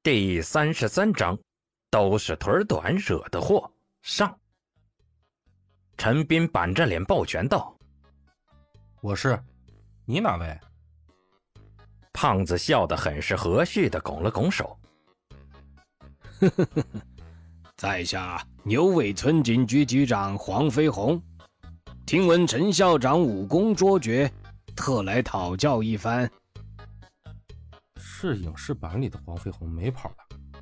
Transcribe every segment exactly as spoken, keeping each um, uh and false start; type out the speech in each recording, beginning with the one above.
第三十三章，都是腿短惹的祸。上。陈斌板着脸抱拳道：“ 我是，你哪位？” 胖子笑得很是和煦地拱了拱手：“ 呵呵呵，在下牛尾村警局局长黄飞鸿，听闻陈校长武功卓绝，特来讨教一番。” 是影视版里的黄飞鸿没跑吧？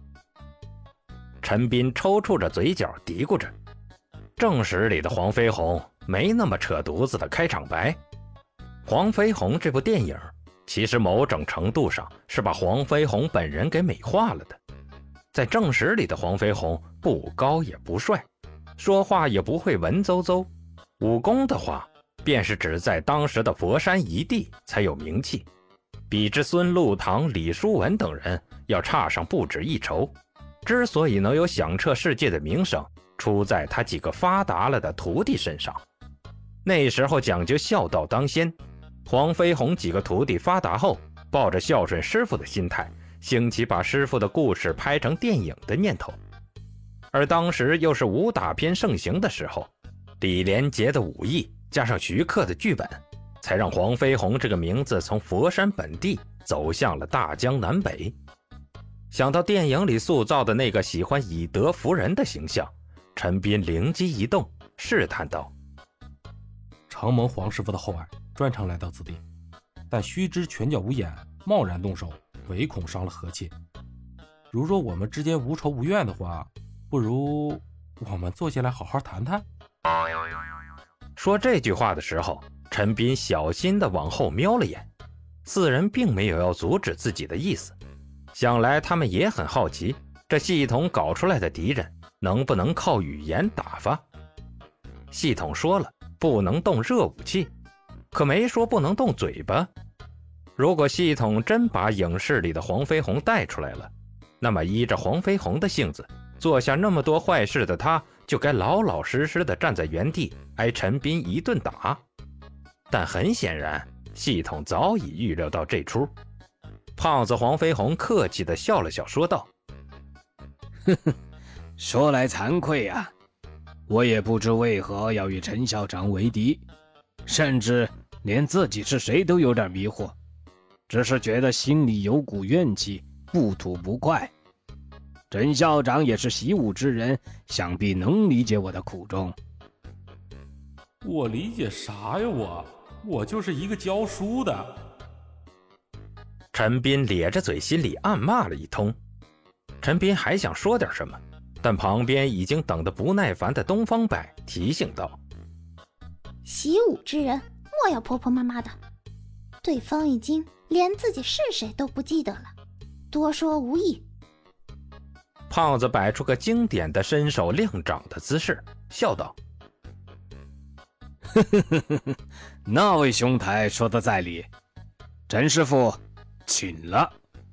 陈斌抽搐着嘴角嘀咕着，正史里的黄飞鸿没那么扯犊子的开场白。黄飞鸿这部电影其实某种程度上是把黄飞鸿本人给美化了的。在正史里的黄飞鸿不高也不帅，说话也不会文绉绉，武功的话便是只在当时的佛山一地才有名气，比之孙禄堂、李叔文等人要差上不止一筹。之所以能有响彻世界的名声，出在他几个发达了的徒弟身上。那时候讲究孝道当先，黄飞鸿几个徒弟发达后，抱着孝顺师傅的心态，兴起把师傅的故事拍成电影的念头。而当时又是武打片盛行的时候，李连杰的武艺加上徐克的剧本，才让黄飞鸿这个名字从佛山本地走向了大江南北。想到电影里塑造的那个喜欢以德服人的形象，陈斌灵机一动，试探道：“ 承蒙黄师傅的厚爱，专程来到此地，但须知拳脚无眼，贸然动手，唯恐伤了和气。如若我们之间无仇无怨的话，不如我们坐下来好好谈谈。” 说这句话的时候，陈斌小心地往后瞄了眼，四人并没有要阻止自己的意思。想来他们也很好奇，这系统搞出来的敌人能不能靠语言打发。系统说了不能动热武器，可没说不能动嘴巴。如果系统真把影视里的黄飞鸿带出来了，那么依着黄飞鸿的性子，做下那么多坏事的他就该老老实实的站在原地挨陈斌一顿打。但很显然，系统早已预料到这出。胖子黄飞鸿客气地笑了笑，说道：“ 呵呵，说来惭愧啊，我也不知为何要与陈校长为敌，甚至连自己是谁都有点迷惑，只是觉得心里有股怨气，不吐不快。陈校长也是习武之人，想必能理解我的苦衷。” 我理解啥呀？我我就是一个教书的。 陈斌咧着嘴，心里暗骂了一通。陈斌还想说点什么，但旁边已经等得不耐烦的东方白提醒道：“ 习武之人莫要婆婆妈妈的，对方已经连自己是谁都不记得了，多说无益。” 胖子摆出个经典的伸手令掌的姿势，笑道：“ 呵呵呵呵，那位兄台说的在理，陈师傅请了。”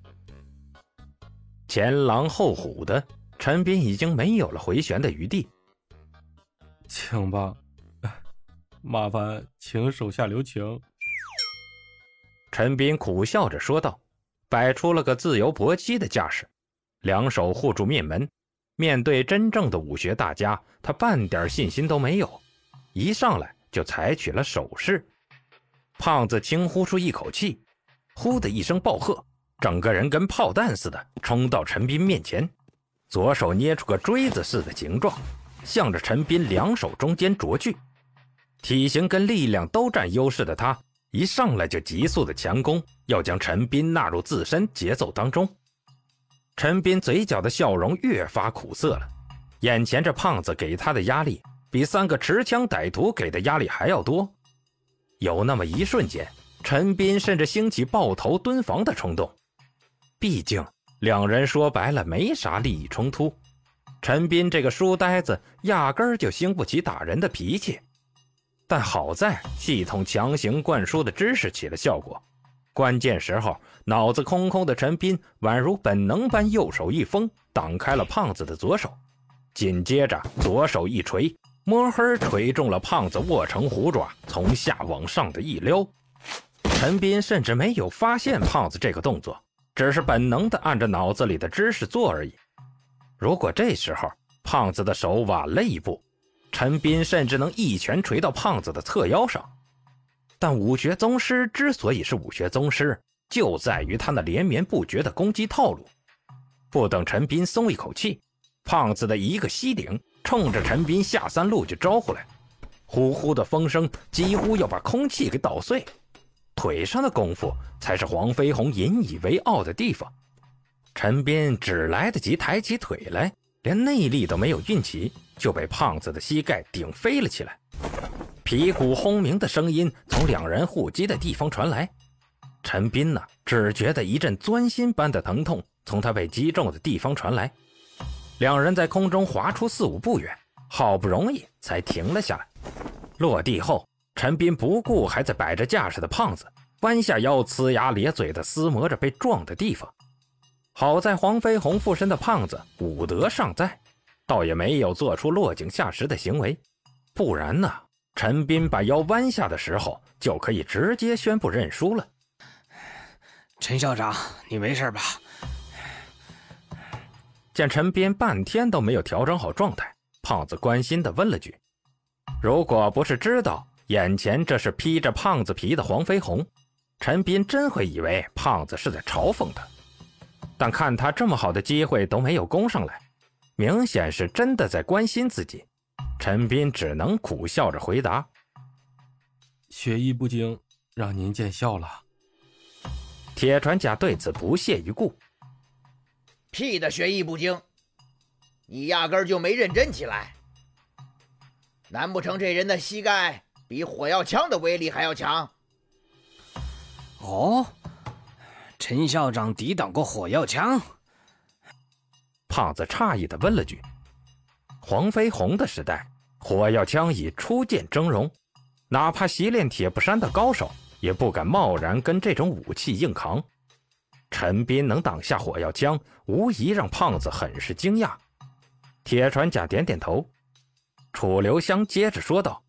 前狼后虎的，陈斌已经没有了回旋的余地。 “请吧，麻烦请手下留情。” 陈斌苦笑着说道，摆出了个自由搏击的架势，两手护住面门。面对真正的武学大家，他半点信心都没有，一上来就采取了手势。胖子轻呼出一口气，呼的一声暴喝，整个人跟炮弹似的冲到陈斌面前，左手捏出个锥子似的形状，向着陈斌两手中间啄去。体型跟力量都占优势的他，一上来就急速的强攻，要将陈斌纳入自身节奏当中。陈斌嘴角的笑容越发苦涩了，眼前这胖子给他的压力比三个持枪歹徒给的压力还要多。有那么一瞬间，陈斌甚至兴起抱头蹲防的冲动。毕竟两人说白了没啥利益冲突，陈斌这个书呆子压根儿就兴不起打人的脾气。但好在系统强行灌输的知识起了效果，关键时候脑子空空的陈斌宛如本能般右手一封，挡开了胖子的左手，紧接着左手一锤，摸黑锤中了胖子握成虎爪从下往上的一撩。陈斌甚至没有发现胖子这个动作， 只是本能地按着脑子里的知识做而已。如果这时候胖子的手晚了一步，陈斌甚至能一拳捶到胖子的侧腰上。但武学宗师之所以是武学宗师，就在于他那连绵不绝的攻击套路。不等陈斌松一口气，胖子的一个膝顶冲着陈斌下三路就招呼来，呼呼的风声几乎要把空气给捣碎。腿上的功夫才是黄飞鸿引以为傲的地方。陈斌只来得及抬起腿来，连内力都没有运起，就被胖子的膝盖顶飞了起来。皮鼓轰鸣的声音从两人互击的地方传来，陈斌呢，只觉得一阵钻心般的疼痛从他被击中的地方传来。两人在空中滑出四五步远，好不容易才停了下来。落地后，陈斌不顾还在摆着架势的胖子，弯下腰呲牙咧嘴地撕磨着被撞的地方。好在黄飞鸿附身的胖子武德尚在，倒也没有做出落井下石的行为，不然呢，陈斌把腰弯下的时候就可以直接宣布认输了。 陈校长，你没事吧？ 见陈斌半天都没有调整好状态，胖子关心地问了句。如果不是知道眼前这是披着胖子皮的黄飞鸿，陈斌真会以为胖子是在嘲讽他。但看他这么好的机会都没有攻上来，明显是真的在关心自己，陈斌只能苦笑着回答： 学艺不精，让您见笑了。 铁船甲对此不屑一顾： 屁的学艺不精，你压根儿就没认真起来。难不成这人的膝盖比火药枪的威力还要强？ 哦，陈校长抵挡过火药枪？ 胖子诧异地问了句。黄飞鸿的时代，火药枪已初见峥嵘，哪怕习练铁布衫的高手也不敢贸然跟这种武器硬扛。陈斌能挡下火药枪，无疑让胖子很是惊讶。铁船甲点点头。楚留香接着说道：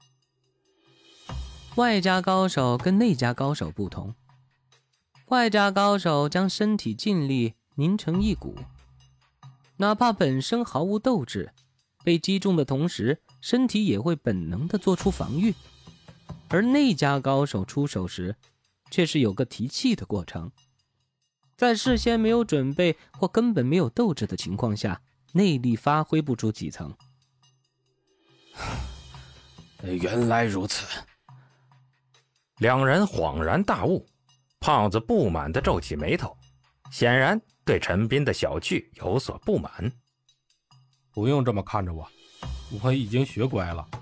外家高手跟内家高手不同，外家高手将身体劲力凝成一股，哪怕本身毫无斗志，被击中的同时，身体也会本能地做出防御。而内家高手出手时，却是有个提气的过程。在事先没有准备或根本没有斗志的情况下，内力发挥不出几层。 原来如此。 两人恍然大悟，胖子不满地皱起眉头，显然对陈斌的小觑有所不满。 不用这么看着我，我已经学乖了。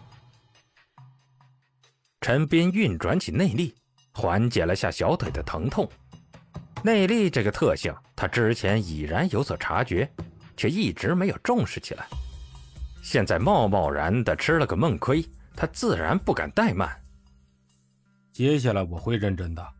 陈斌运转起内力，缓解了下小腿的疼痛。内力这个特性，他之前已然有所察觉，却一直没有重视起来。现在贸贸然地吃了个闷亏，他自然不敢怠慢。 接下来我会认真的。